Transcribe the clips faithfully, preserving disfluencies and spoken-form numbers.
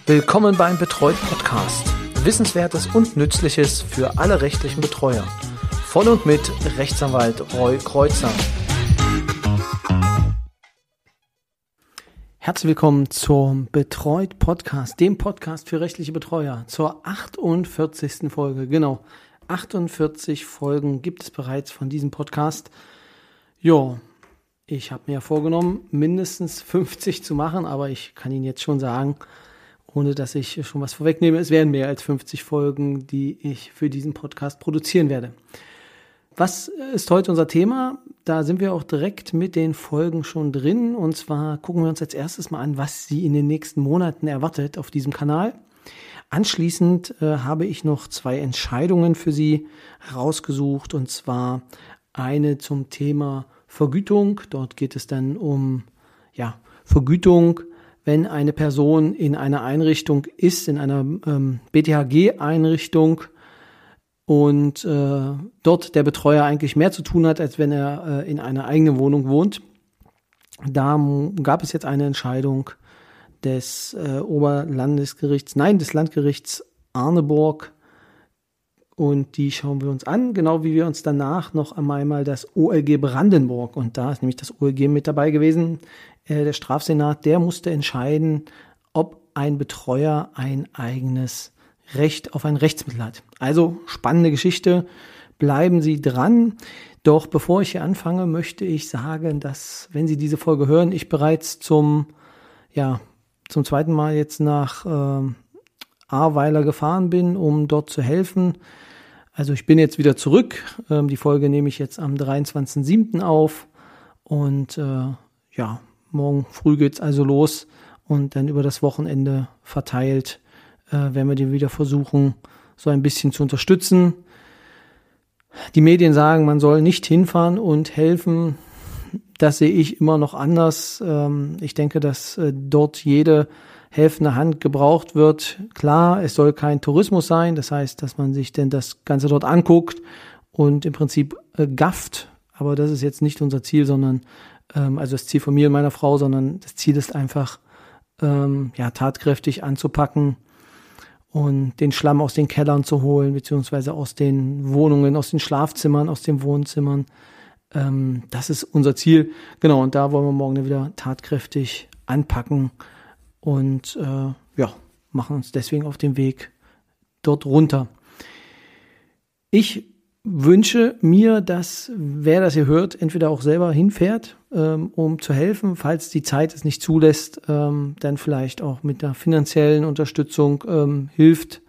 Willkommen beim Betreut Podcast. Wissenswertes und Nützliches für alle rechtlichen Betreuer. Von und mit Rechtsanwalt Roy Kreuzer. Herzlich willkommen zum Betreut Podcast, dem Podcast für rechtliche Betreuer, zur achtundvierzigsten Folge. Genau, achtundvierzig Folgen gibt es bereits von diesem Podcast. Jo, ich habe mir vorgenommen, mindestens fünfzig zu machen, aber ich kann Ihnen jetzt schon sagen, ohne dass ich schon was vorwegnehme, es werden mehr als fünfzig Folgen, die ich für diesen Podcast produzieren werde. Was ist heute unser Thema? Da sind wir auch direkt mit den Folgen schon drin. Und zwar gucken wir uns als erstes mal an, was Sie in den nächsten Monaten erwartet auf diesem Kanal. Anschließend äh, habe ich noch zwei Entscheidungen für Sie rausgesucht. Und zwar eine zum Thema Vergütung. Dort geht es dann um ja, Vergütung, wenn eine Person in einer Einrichtung ist, in einer ähm, B T H G-Einrichtung, und äh, dort der Betreuer eigentlich mehr zu tun hat, als wenn er äh, in einer eigenen Wohnung wohnt. Da m- gab es jetzt eine Entscheidung des äh, Oberlandesgerichts, nein, des Landgerichts Arneburg, und die schauen wir uns an, genau wie wir uns danach noch einmal das O L G Brandenburg, und da ist nämlich das O L G mit dabei gewesen, äh, der Strafsenat, der musste entscheiden, ob ein Betreuer ein eigenes Recht auf ein Rechtsmittel hat. Also spannende Geschichte, bleiben Sie dran. Doch bevor ich hier anfange, möchte ich sagen, dass, wenn Sie diese Folge hören, ich bereits zum, ja, zum zweiten Mal jetzt nach äh, Ahrweiler gefahren bin, um dort zu helfen. Also ich bin jetzt wieder zurück. Ähm, die Folge nehme ich jetzt am dreiundzwanzigsten siebten auf. Und äh, ja, morgen früh geht's also los und dann über das Wochenende verteilt äh, werden wir die wieder versuchen, so ein bisschen zu unterstützen. Die Medien sagen, man soll nicht hinfahren und helfen. Das sehe ich immer noch anders. Ähm, ich denke, dass äh, dort jede helfende Hand gebraucht wird. Klar, es soll kein Tourismus sein. Das heißt, dass man sich denn das Ganze dort anguckt und im Prinzip äh, gafft. Aber das ist jetzt nicht unser Ziel, sondern ähm, also das Ziel von mir und meiner Frau, sondern das Ziel ist einfach, ähm, ja, tatkräftig anzupacken und den Schlamm aus den Kellern zu holen, beziehungsweise aus den Wohnungen, aus den Schlafzimmern, aus den Wohnzimmern. Ähm, das ist unser Ziel. Genau, und da wollen wir morgen wieder tatkräftig anpacken und äh, ja, machen uns deswegen auf den Weg dort runter. Ich wünsche mir, dass wer das hier hört, entweder auch selber hinfährt, ähm, um zu helfen, falls die Zeit es nicht zulässt, ähm, dann vielleicht auch mit der finanziellen Unterstützung ähm, hilft.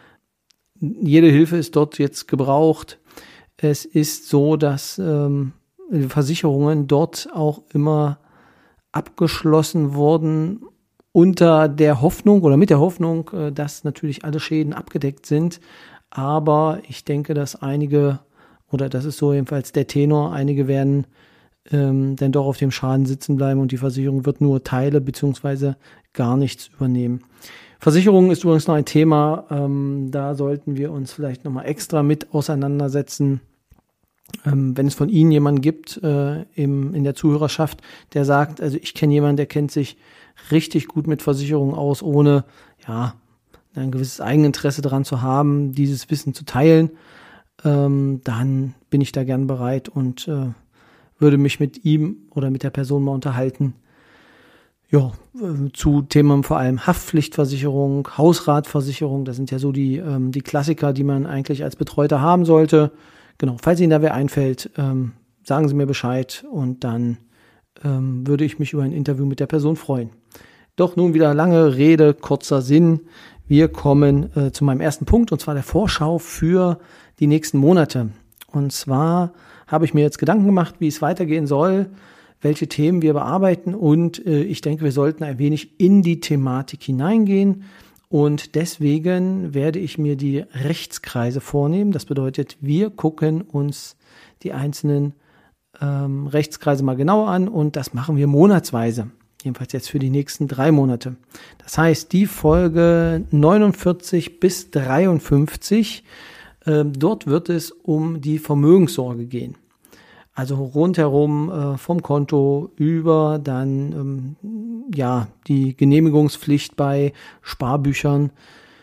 Jede Hilfe ist dort jetzt gebraucht. Es ist so, dass ähm, Versicherungen dort auch immer abgeschlossen wurden unter der Hoffnung oder mit der Hoffnung, äh, dass natürlich alle Schäden abgedeckt sind. Aber ich denke, dass einige, oder das ist so jedenfalls der Tenor, einige werden ähm, dann doch auf dem Schaden sitzen bleiben und die Versicherung wird nur Teile beziehungsweise gar nichts übernehmen. Versicherung ist übrigens noch ein Thema, ähm, da sollten wir uns vielleicht nochmal extra mit auseinandersetzen. Ähm, wenn es von Ihnen jemanden gibt äh, im, in der Zuhörerschaft, der sagt, also ich kenne jemanden, der kennt sich richtig gut mit Versicherungen aus, ohne, ja, ein gewisses Eigeninteresse daran zu haben, dieses Wissen zu teilen, ähm, dann bin ich da gern bereit und äh, würde mich mit ihm oder mit der Person mal unterhalten. Ja, äh, zu Themen vor allem Haftpflichtversicherung, Hausratversicherung, das sind ja so die, ähm, die Klassiker, die man eigentlich als Betreuter haben sollte. Genau, falls Ihnen da wer einfällt, ähm, sagen Sie mir Bescheid und dann ähm, würde ich mich über ein Interview mit der Person freuen. Doch nun wieder lange Rede, kurzer Sinn. Wir kommen äh, zu meinem ersten Punkt, und zwar der Vorschau für die nächsten Monate. Und zwar habe ich mir jetzt Gedanken gemacht, wie es weitergehen soll, welche Themen wir bearbeiten, und äh, ich denke, wir sollten ein wenig in die Thematik hineingehen, und deswegen werde ich mir die Rechtskreise vornehmen. Das bedeutet, wir gucken uns die einzelnen ähm, Rechtskreise mal genauer an, und das machen wir monatsweise. Jedenfalls jetzt für die nächsten drei Monate. Das heißt, die Folge neunundvierzig bis dreiundfünfzig, äh, dort wird es um die Vermögenssorge gehen. Also rundherum äh, vom Konto über dann ähm, ja die Genehmigungspflicht bei Sparbüchern.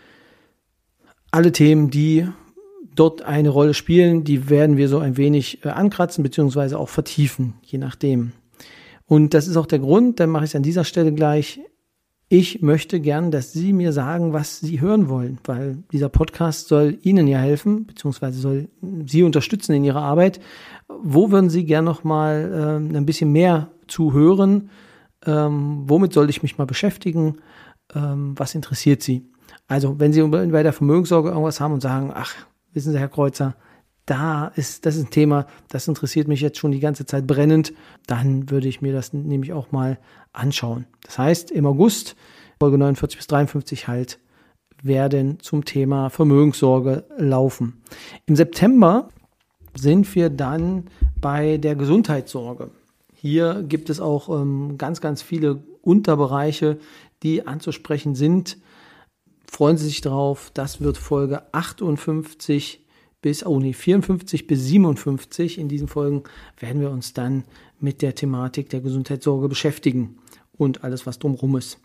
Alle Themen, die dort eine Rolle spielen, die werden wir so ein wenig äh, ankratzen bzw. auch vertiefen, je nachdem. Und das ist auch der Grund, dann mache ich es an dieser Stelle gleich. Ich möchte gern, dass Sie mir sagen, was Sie hören wollen, weil dieser Podcast soll Ihnen ja helfen, beziehungsweise soll Sie unterstützen in Ihrer Arbeit. Wo würden Sie gern noch mal ähm, ein bisschen mehr zuhören? Ähm, womit soll ich mich mal beschäftigen? Ähm, was interessiert Sie? Also, wenn Sie bei der Vermögenssorge irgendwas haben und sagen, ach, wissen Sie, Herr Kreuzer, da ist, das ist ein Thema, das interessiert mich jetzt schon die ganze Zeit brennend, dann würde ich mir das nämlich auch mal anschauen. Das heißt, im August, Folge neunundvierzig bis dreiundfünfzig halt, werden zum Thema Vermögenssorge laufen. Im September sind wir dann bei der Gesundheitssorge. Hier gibt es auch ähm, ganz, ganz viele Unterbereiche, die anzusprechen sind. Freuen Sie sich drauf, das wird Folge achtundfünfzig bis, oh nee, vierundfünfzig bis siebenundfünfzig. In diesen Folgen werden wir uns dann mit der Thematik der Gesundheitssorge beschäftigen und alles, was drumherum ist.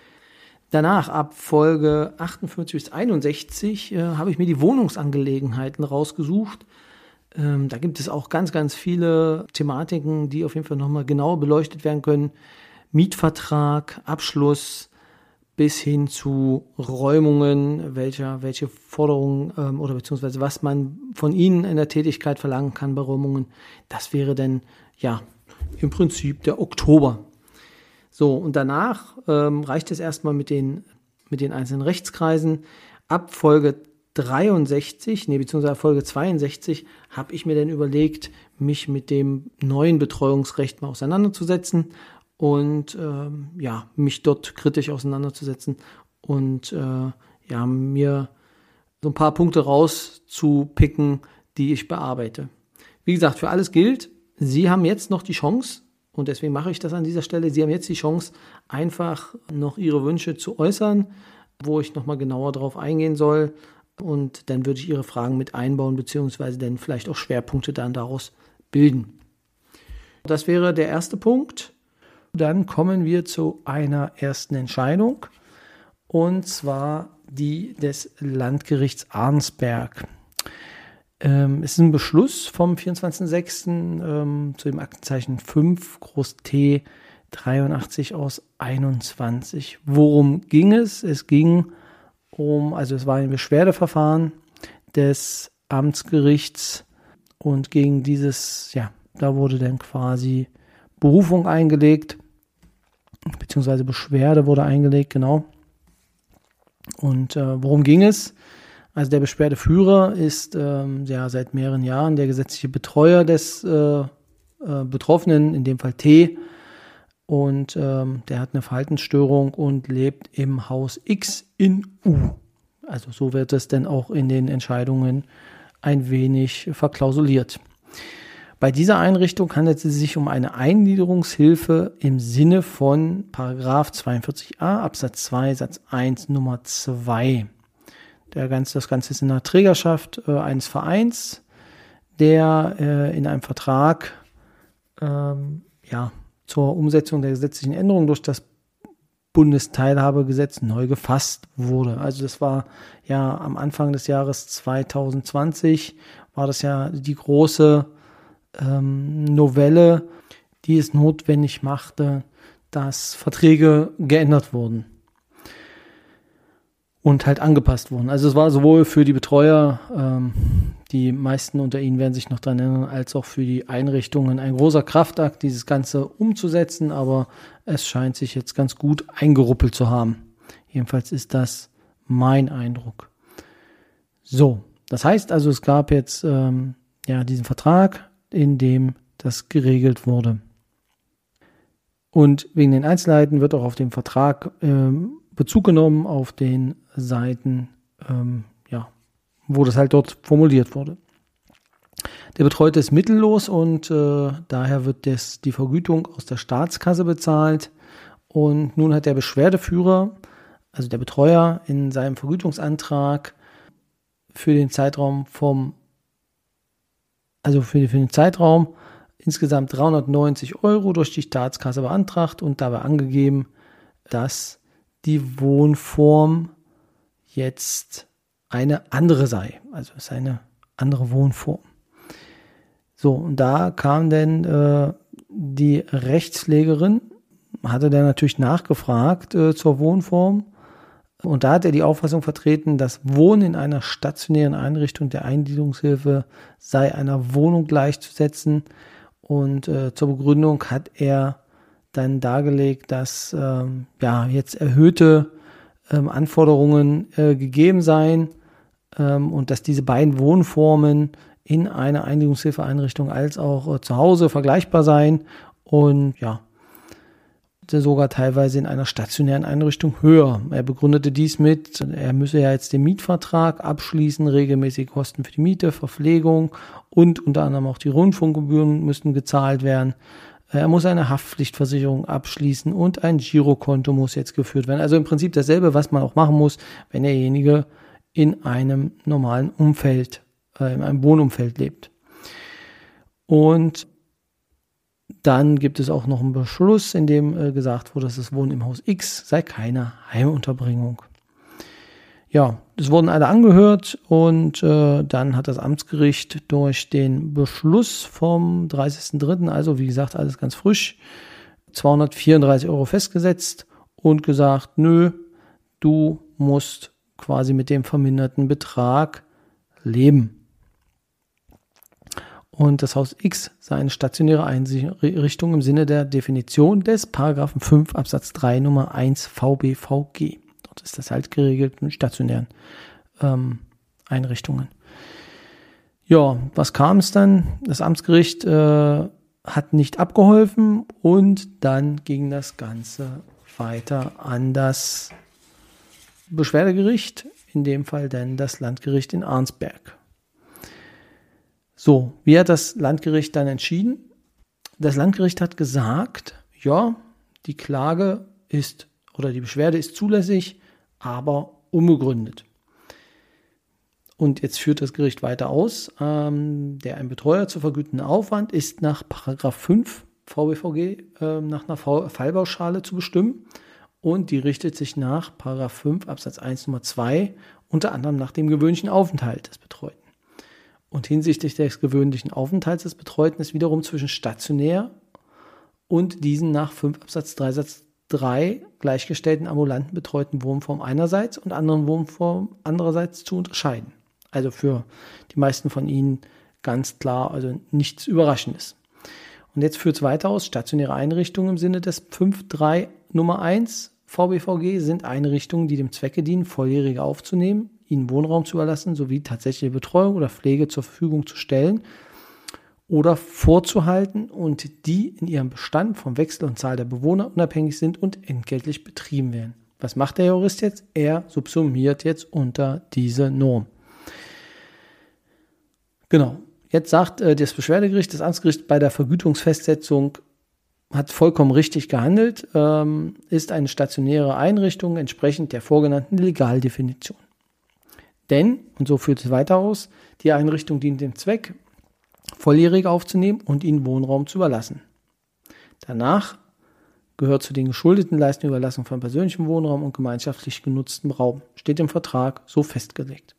Danach, ab Folge achtundfünfzig bis einundsechzig, äh, habe ich mir die Wohnungsangelegenheiten rausgesucht. Ähm, da gibt es auch ganz, ganz viele Thematiken, die auf jeden Fall nochmal genauer beleuchtet werden können. Mietvertrag, Abschluss, bis hin zu Räumungen, welcher, welche Forderungen ähm, oder beziehungsweise was man von Ihnen in der Tätigkeit verlangen kann bei Räumungen. Das wäre dann ja im Prinzip der Oktober. So, und danach ähm, reicht es erstmal mit den, mit den einzelnen Rechtskreisen. Ab Folge dreiundsechzig, nee, beziehungsweise Folge zweiundsechzig, habe ich mir dann überlegt, mich mit dem neuen Betreuungsrecht mal auseinanderzusetzen und ähm, ja, mich dort kritisch auseinanderzusetzen und äh, ja, mir so ein paar Punkte rauszupicken, die ich bearbeite. Wie gesagt, für alles gilt, Sie haben jetzt noch die Chance, und deswegen mache ich das an dieser Stelle, Sie haben jetzt die Chance, einfach noch Ihre Wünsche zu äußern, wo ich nochmal genauer drauf eingehen soll, und dann würde ich Ihre Fragen mit einbauen, beziehungsweise dann vielleicht auch Schwerpunkte dann daraus bilden. Das wäre der erste Punkt. Dann kommen wir zu einer ersten Entscheidung, und zwar die des Landgerichts Arnsberg. Ähm, es ist ein Beschluss vom vierundzwanzigsten sechsten Ähm, zu dem Aktenzeichen fünf Groß T dreiundachtzig aus einundzwanzig. Worum ging es? Es ging um, also es war ein Beschwerdeverfahren des Amtsgerichts, und gegen dieses, ja, da wurde dann quasi Berufung eingelegt, beziehungsweise Beschwerde wurde eingelegt, genau. Und äh, worum ging es? Also der Beschwerdeführer ist ähm, ja seit mehreren Jahren der gesetzliche Betreuer des äh, äh, Betroffenen, in dem Fall T. Und ähm, der hat eine Verhaltensstörung und lebt im Haus X in U. Also so wird es dann auch in den Entscheidungen ein wenig verklausuliert. Bei dieser Einrichtung handelt es sich um eine Eingliederungshilfe im Sinne von Paragraph zweiundvierzig a Absatz zwei Satz eins Nummer zwei. Der ganze, das Ganze ist in der Trägerschaft äh, eines Vereins, der äh, in einem Vertrag ähm, ja, zur Umsetzung der gesetzlichen Änderung durch das Bundesteilhabegesetz neu gefasst wurde. Also das war ja am Anfang des Jahres zwanzig zwanzig, war das ja die große ähm, Novelle, die es notwendig machte, dass Verträge geändert wurden und halt angepasst wurden. Also es war sowohl für die Betreuer, ähm, die meisten unter ihnen werden sich noch daran erinnern, als auch für die Einrichtungen ein großer Kraftakt, dieses Ganze umzusetzen, aber es scheint sich jetzt ganz gut eingeruppelt zu haben. Jedenfalls ist das mein Eindruck. So, das heißt also, es gab jetzt ähm, ja diesen Vertrag, in dem das geregelt wurde. Und wegen den Einzelheiten wird auch auf den Vertrag ähm, Bezug genommen, auf den Seiten, ähm, ja, wo das halt dort formuliert wurde. Der Betreute ist mittellos und äh, daher wird das, die Vergütung aus der Staatskasse bezahlt. Und nun hat der Beschwerdeführer, also der Betreuer, in seinem Vergütungsantrag für den Zeitraum vom, also für, für den Zeitraum insgesamt dreihundertneunzig Euro durch die Staatskasse beantragt und dabei angegeben, dass die Wohnform jetzt eine andere sei. Also es ist eine andere Wohnform. So, und da kam dann äh, die Rechtspflegerin, hatte dann natürlich nachgefragt äh, zur Wohnform. Und da hat er die Auffassung vertreten, dass Wohnen in einer stationären Einrichtung der Eingliederungshilfe sei einer Wohnung gleichzusetzen. Und äh, zur Begründung hat er dann dargelegt, dass ähm, ja jetzt erhöhte ähm, Anforderungen äh, gegeben seien ähm, und dass diese beiden Wohnformen in einer Eingliederungshilfeeinrichtung als auch äh, zu Hause vergleichbar seien und ja, sogar teilweise in einer stationären Einrichtung höher. Er begründete dies mit, er müsse ja jetzt den Mietvertrag abschließen, regelmäßige Kosten für die Miete, Verpflegung und unter anderem auch die Rundfunkgebühren müssen gezahlt werden. Er muss eine Haftpflichtversicherung abschließen und ein Girokonto muss jetzt geführt werden. Also im Prinzip dasselbe, was man auch machen muss, wenn derjenige in einem normalen Umfeld, äh, in einem Wohnumfeld lebt. Und dann gibt es auch noch einen Beschluss, in dem äh, gesagt wurde, dass das Wohnen im Haus X sei keine Heimunterbringung. Ja, es wurden alle angehört und äh, dann hat das Amtsgericht durch den Beschluss vom dreißigsten dritten, also wie gesagt, alles ganz frisch, zweihundertvierunddreißig Euro festgesetzt und gesagt, nö, du musst quasi mit dem verminderten Betrag leben. Und das Haus X sei eine stationäre Einrichtung im Sinne der Definition des Paragraphen fünf Absatz drei Nummer eins V B V G. Dort ist das halt geregelt mit stationären ähm, Einrichtungen. Ja, was kam es dann? Das Amtsgericht äh, hat nicht abgeholfen und dann ging das Ganze weiter an das Beschwerdegericht, in dem Fall dann das Landgericht in Arnsberg. So, wie hat das Landgericht dann entschieden? Das Landgericht hat gesagt, ja, die Klage ist oder die Beschwerde ist zulässig, aber unbegründet. Und jetzt führt das Gericht weiter aus, ähm, der ein Betreuer zu vergütenden Aufwand ist nach Paragraph fünf V B V G äh, nach einer Fallpauschale zu bestimmen und die richtet sich nach Paragraph fünf Absatz eins Nummer zwei unter anderem nach dem gewöhnlichen Aufenthalt des Betreuten. Und hinsichtlich des gewöhnlichen Aufenthalts des Betreuten ist wiederum zwischen stationär und diesen nach fünf Absatz drei Satz drei gleichgestellten ambulanten betreuten Wohnform einerseits und anderen Wohnform andererseits zu unterscheiden. Also für die meisten von Ihnen ganz klar, also nichts Überraschendes. Und jetzt führt es weiter aus, stationäre Einrichtungen im Sinne des fünf Absatz drei Nummer eins V B V G sind Einrichtungen, die dem Zwecke dienen, Volljährige aufzunehmen, ihnen Wohnraum zu überlassen, sowie tatsächliche Betreuung oder Pflege zur Verfügung zu stellen oder vorzuhalten und die in ihrem Bestand vom Wechsel und Zahl der Bewohner unabhängig sind und entgeltlich betrieben werden. Was macht der Jurist jetzt? Er subsumiert jetzt unter diese Norm. Genau. Jetzt sagt äh, das Beschwerdegericht, das Amtsgericht bei der Vergütungsfestsetzung hat vollkommen richtig gehandelt, ähm, ist eine stationäre Einrichtung entsprechend der vorgenannten Legaldefinition. Denn, und so führt es weiter aus, die Einrichtung dient dem Zweck, Volljährige aufzunehmen und ihnen Wohnraum zu überlassen. Danach gehört zu den geschuldeten Leistungen Überlassung von persönlichem Wohnraum und gemeinschaftlich genutztem Raum. Steht im Vertrag so festgelegt.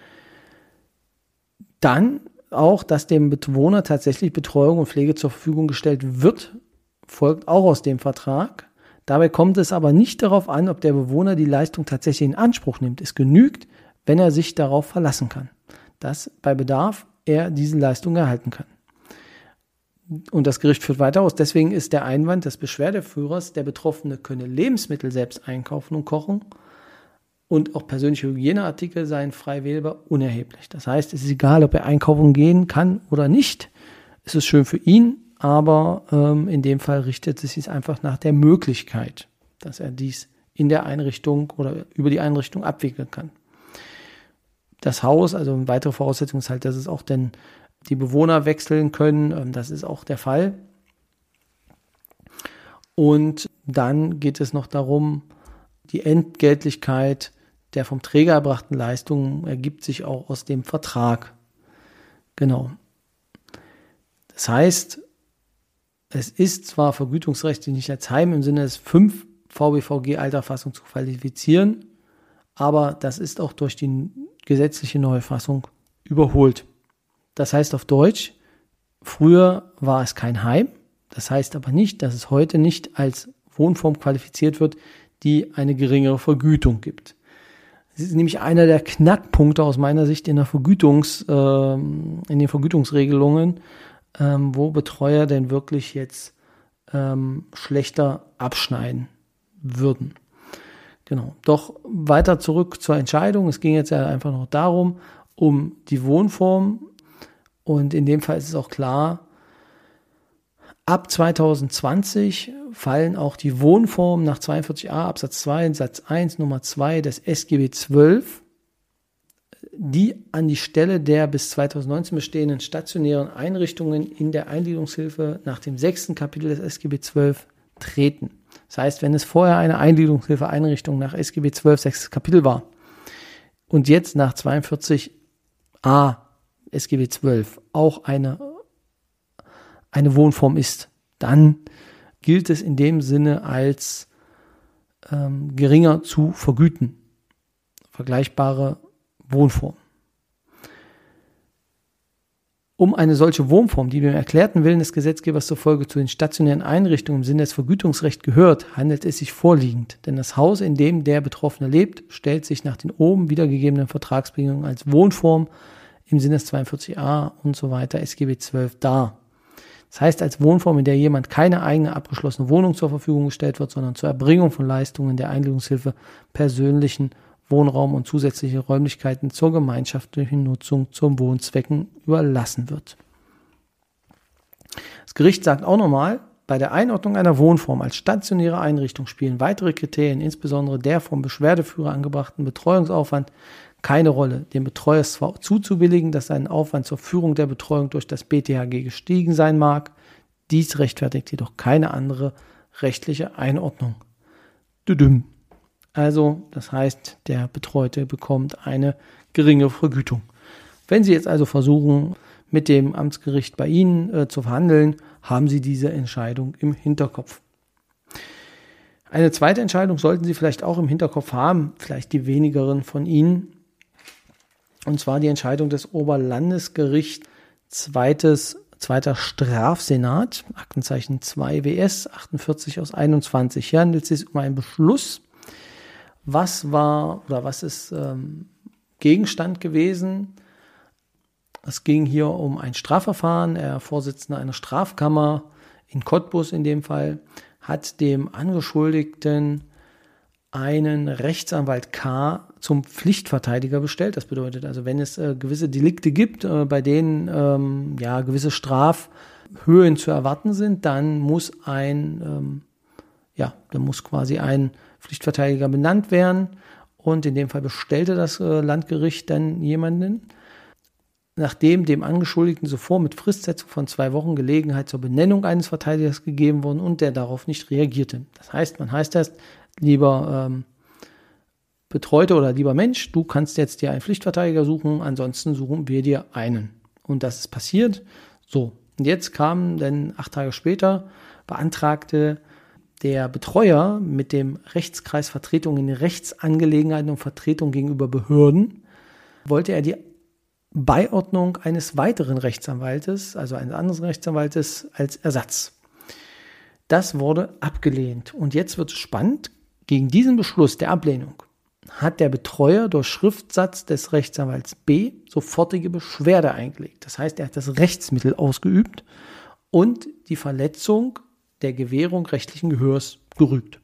Dann auch, dass dem Bewohner tatsächlich Betreuung und Pflege zur Verfügung gestellt wird, folgt auch aus dem Vertrag. Dabei kommt es aber nicht darauf an, ob der Bewohner die Leistung tatsächlich in Anspruch nimmt. Es genügt, wenn er sich darauf verlassen kann, dass bei Bedarf er diese Leistung erhalten kann. Und das Gericht führt weiter aus. Deswegen ist der Einwand des Beschwerdeführers, der Betroffene könne Lebensmittel selbst einkaufen und kochen und auch persönliche Hygieneartikel seien frei wählbar, unerheblich. Das heißt, es ist egal, ob er einkaufen gehen kann oder nicht. Es ist schön für ihn, aber ähm, in dem Fall richtet es sich einfach nach der Möglichkeit, dass er dies in der Einrichtung oder über die Einrichtung abwickeln kann. Das Haus, also eine weitere Voraussetzung ist halt, dass es auch denn die Bewohner wechseln können. Das ist auch der Fall. Und dann geht es noch darum, die Entgeltlichkeit der vom Träger erbrachten Leistungen ergibt sich auch aus dem Vertrag. Genau. Das heißt, Es ist zwar vergütungsrechtlich nicht als Heim im Sinne des fünf V B V G-Alterfassung zu qualifizieren, aber das ist auch durch die gesetzliche Neufassung überholt. Das heißt auf Deutsch, früher war es kein Heim, das heißt aber nicht, dass es heute nicht als Wohnform qualifiziert wird, die eine geringere Vergütung gibt. Es ist nämlich einer der Knackpunkte aus meiner Sicht in der Vergütungs, äh, in den Vergütungsregelungen, ähm, wo Betreuer denn wirklich jetzt ähm, schlechter abschneiden würden. Genau. Doch weiter zurück zur Entscheidung. Es ging jetzt ja einfach noch darum, um die Wohnform. Und in dem Fall ist es auch klar, ab zwanzig zwanzig fallen auch die Wohnformen nach zweiundvierzig a Absatz zwei Satz eins Nummer zwei des S G B zwölf, die an die Stelle der bis zwanzig neunzehn bestehenden stationären Einrichtungen in der Eingliederungshilfe nach dem sechsten Kapitel des S G B zwölf treten. Das heißt, wenn es vorher eine Eingliederungshilfeeinrichtung nach S G B zwölf sechstes Kapitel war und jetzt nach zweiundvierzig a S G B zwölf auch eine, eine Wohnform ist, dann gilt es in dem Sinne als ähm, geringer zu vergüten. Vergleichbare Wohnform. Um eine solche Wohnform, die dem erklärten Willen des Gesetzgebers zufolge zu den stationären Einrichtungen im Sinne des Vergütungsrechts gehört, handelt es sich vorliegend. Denn das Haus, in dem der Betroffene lebt, stellt sich nach den oben wiedergegebenen Vertragsbedingungen als Wohnform im Sinne des zweiundvierzig a und so weiter S G B zwölf dar. Das heißt, als Wohnform, in der jemand keine eigene abgeschlossene Wohnung zur Verfügung gestellt wird, sondern zur Erbringung von Leistungen der Eingliederungshilfe persönlichen Wohnraum und zusätzliche Räumlichkeiten zur gemeinschaftlichen Nutzung zum Wohnzwecken überlassen wird. Das Gericht sagt auch nochmal, bei der Einordnung einer Wohnform als stationäre Einrichtung spielen weitere Kriterien, insbesondere der vom Beschwerdeführer angebrachten Betreuungsaufwand, keine Rolle. Dem Betreuer ist zwar zuzubilligen, dass sein Aufwand zur Führung der Betreuung durch das B T H G gestiegen sein mag, dies rechtfertigt jedoch keine andere rechtliche Einordnung. Düdüm. Also, das heißt, der Betreute bekommt eine geringe Vergütung. Wenn Sie jetzt also versuchen, mit dem Amtsgericht bei Ihnen äh, zu verhandeln, haben Sie diese Entscheidung im Hinterkopf. Eine zweite Entscheidung sollten Sie vielleicht auch im Hinterkopf haben, vielleicht die wenigeren von Ihnen, und zwar die Entscheidung des Oberlandesgerichts, zweites, zweiter Strafsenat, Aktenzeichen zwei W S achtundvierzig aus einundzwanzig. Hier handelt es sich um einen Beschluss. Was war oder was ist ähm, Gegenstand gewesen? Es ging hier um ein Strafverfahren. Der Vorsitzende einer Strafkammer in Cottbus in dem Fall hat dem Angeschuldigten einen Rechtsanwalt K. zum Pflichtverteidiger bestellt. Das bedeutet also, wenn es äh, gewisse Delikte gibt, äh, bei denen ähm, ja gewisse Strafhöhen zu erwarten sind, dann muss ein ähm, ja, dann muss quasi ein Pflichtverteidiger benannt werden, und in dem Fall bestellte das äh, Landgericht dann jemanden, nachdem dem Angeschuldigten zuvor mit Fristsetzung von zwei Wochen Gelegenheit zur Benennung eines Verteidigers gegeben wurde und der darauf nicht reagierte. Das heißt, man heißt erst, lieber ähm, Betreute oder lieber Mensch, du kannst jetzt dir einen Pflichtverteidiger suchen, ansonsten suchen wir dir einen. Und das ist passiert. So, und jetzt kam dann acht Tage später, beantragte der Betreuer mit dem Rechtskreis Vertretung in Rechtsangelegenheiten und Vertretung gegenüber Behörden, wollte er die Beiordnung eines weiteren Rechtsanwaltes, also eines anderen Rechtsanwaltes, als Ersatz. Das wurde abgelehnt. Und jetzt wird es spannend. Gegen diesen Beschluss der Ablehnung hat der Betreuer durch Schriftsatz des Rechtsanwalts B sofortige Beschwerde eingelegt. Das heißt, er hat das Rechtsmittel ausgeübt und die Verletzung der Gewährung rechtlichen Gehörs gerügt.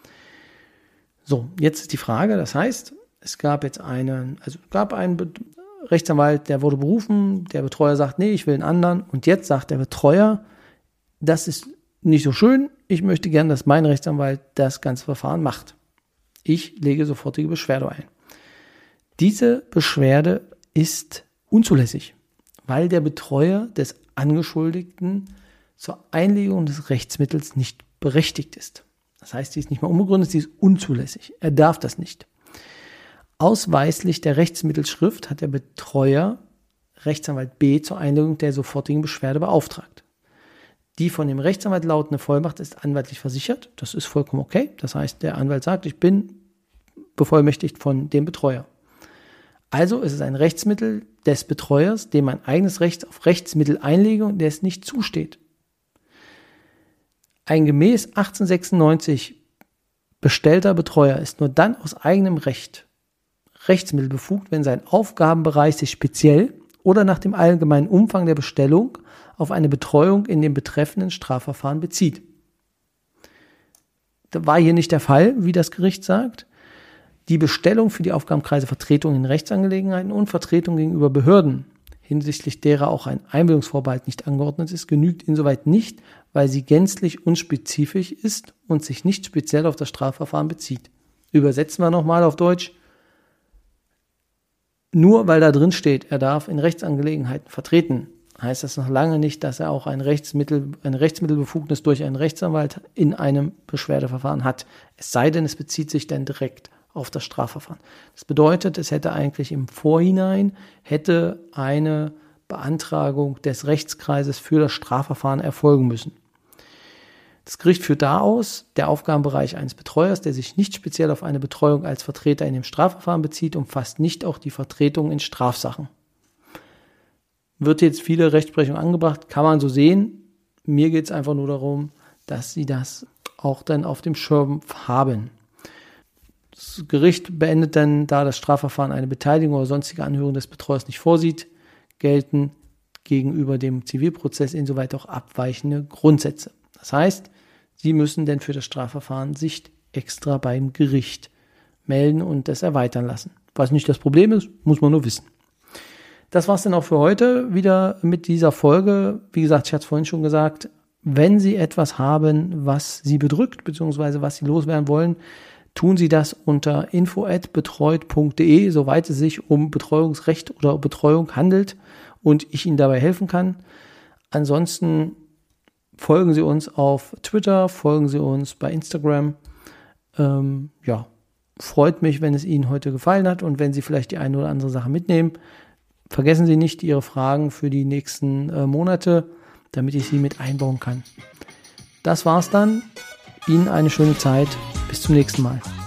So, jetzt ist die Frage, das heißt, es gab jetzt einen, also es gab einen Be- Rechtsanwalt, der wurde berufen, der Betreuer sagt, nee, ich will einen anderen, und jetzt sagt der Betreuer, das ist nicht so schön, ich möchte gern, dass mein Rechtsanwalt das ganze Verfahren macht. Ich lege sofortige Beschwerde ein. Diese Beschwerde ist unzulässig, weil der Betreuer des Angeschuldigten zur Einlegung des Rechtsmittels nicht berechtigt ist. Das heißt, sie ist nicht mal unbegründet, sie ist unzulässig. Er darf das nicht. Ausweislich der Rechtsmittelschrift hat der Betreuer Rechtsanwalt B zur Einlegung der sofortigen Beschwerde beauftragt. Die von dem Rechtsanwalt lautende Vollmacht ist anwaltlich versichert. Das ist vollkommen okay. Das heißt, der Anwalt sagt, ich bin bevollmächtigt von dem Betreuer. Also ist es ein Rechtsmittel des Betreuers, dem ein eigenes Recht auf Rechtsmitteleinlegung, der es nicht zusteht. Ein gemäß achtzehnhundertsechsundneunzig bestellter Betreuer ist nur dann aus eigenem Recht Rechtsmittel befugt, wenn sein Aufgabenbereich sich speziell oder nach dem allgemeinen Umfang der Bestellung auf eine Betreuung in dem betreffenden Strafverfahren bezieht. Das war hier nicht der Fall, wie das Gericht sagt. Die Bestellung für die Aufgabenkreise Vertretung in Rechtsangelegenheiten und Vertretung gegenüber Behörden, hinsichtlich derer auch ein Einwilligungsvorbehalt nicht angeordnet ist, genügt insoweit nicht, weil sie gänzlich unspezifisch ist und sich nicht speziell auf das Strafverfahren bezieht. Übersetzen wir nochmal auf Deutsch. Nur weil da drin steht, er darf in Rechtsangelegenheiten vertreten, heißt das noch lange nicht, dass er auch ein Rechtsmittel, eine Rechtsmittelbefugnis durch einen Rechtsanwalt in einem Beschwerdeverfahren hat. Es sei denn, es bezieht sich dann direkt auf das Strafverfahren. Das bedeutet, es hätte eigentlich im Vorhinein hätte eine Beantragung des Rechtskreises für das Strafverfahren erfolgen müssen. Das Gericht führt da aus, der Aufgabenbereich eines Betreuers, der sich nicht speziell auf eine Betreuung als Vertreter in dem Strafverfahren bezieht, umfasst nicht auch die Vertretung in Strafsachen. Wird jetzt viele Rechtsprechung angebracht, kann man so sehen. Mir geht es einfach nur darum, dass Sie das auch dann auf dem Schirm haben. Das Gericht beendet dann, da das Strafverfahren eine Beteiligung oder sonstige Anhörung des Betreuers nicht vorsieht, gelten gegenüber dem Zivilprozess insoweit auch abweichende Grundsätze. Das heißt, Sie müssen denn für das Strafverfahren sich extra beim Gericht melden und das erweitern lassen. Was nicht das Problem ist, muss man nur wissen. Das war's dann auch für heute wieder mit dieser Folge. Wie gesagt, ich hatte es vorhin schon gesagt, wenn Sie etwas haben, was Sie bedrückt, beziehungsweise was Sie loswerden wollen, tun Sie das unter info at betreut punkt de, soweit es sich um Betreuungsrecht oder Betreuung handelt und ich Ihnen dabei helfen kann. Ansonsten folgen Sie uns auf Twitter, folgen Sie uns bei Instagram. Ähm, ja, freut mich, wenn es Ihnen heute gefallen hat und wenn Sie vielleicht die eine oder andere Sache mitnehmen. Vergessen Sie nicht Ihre Fragen für die nächsten äh, Monate, damit ich sie mit einbauen kann. Das war's dann. Ihnen eine schöne Zeit. Bis zum nächsten Mal.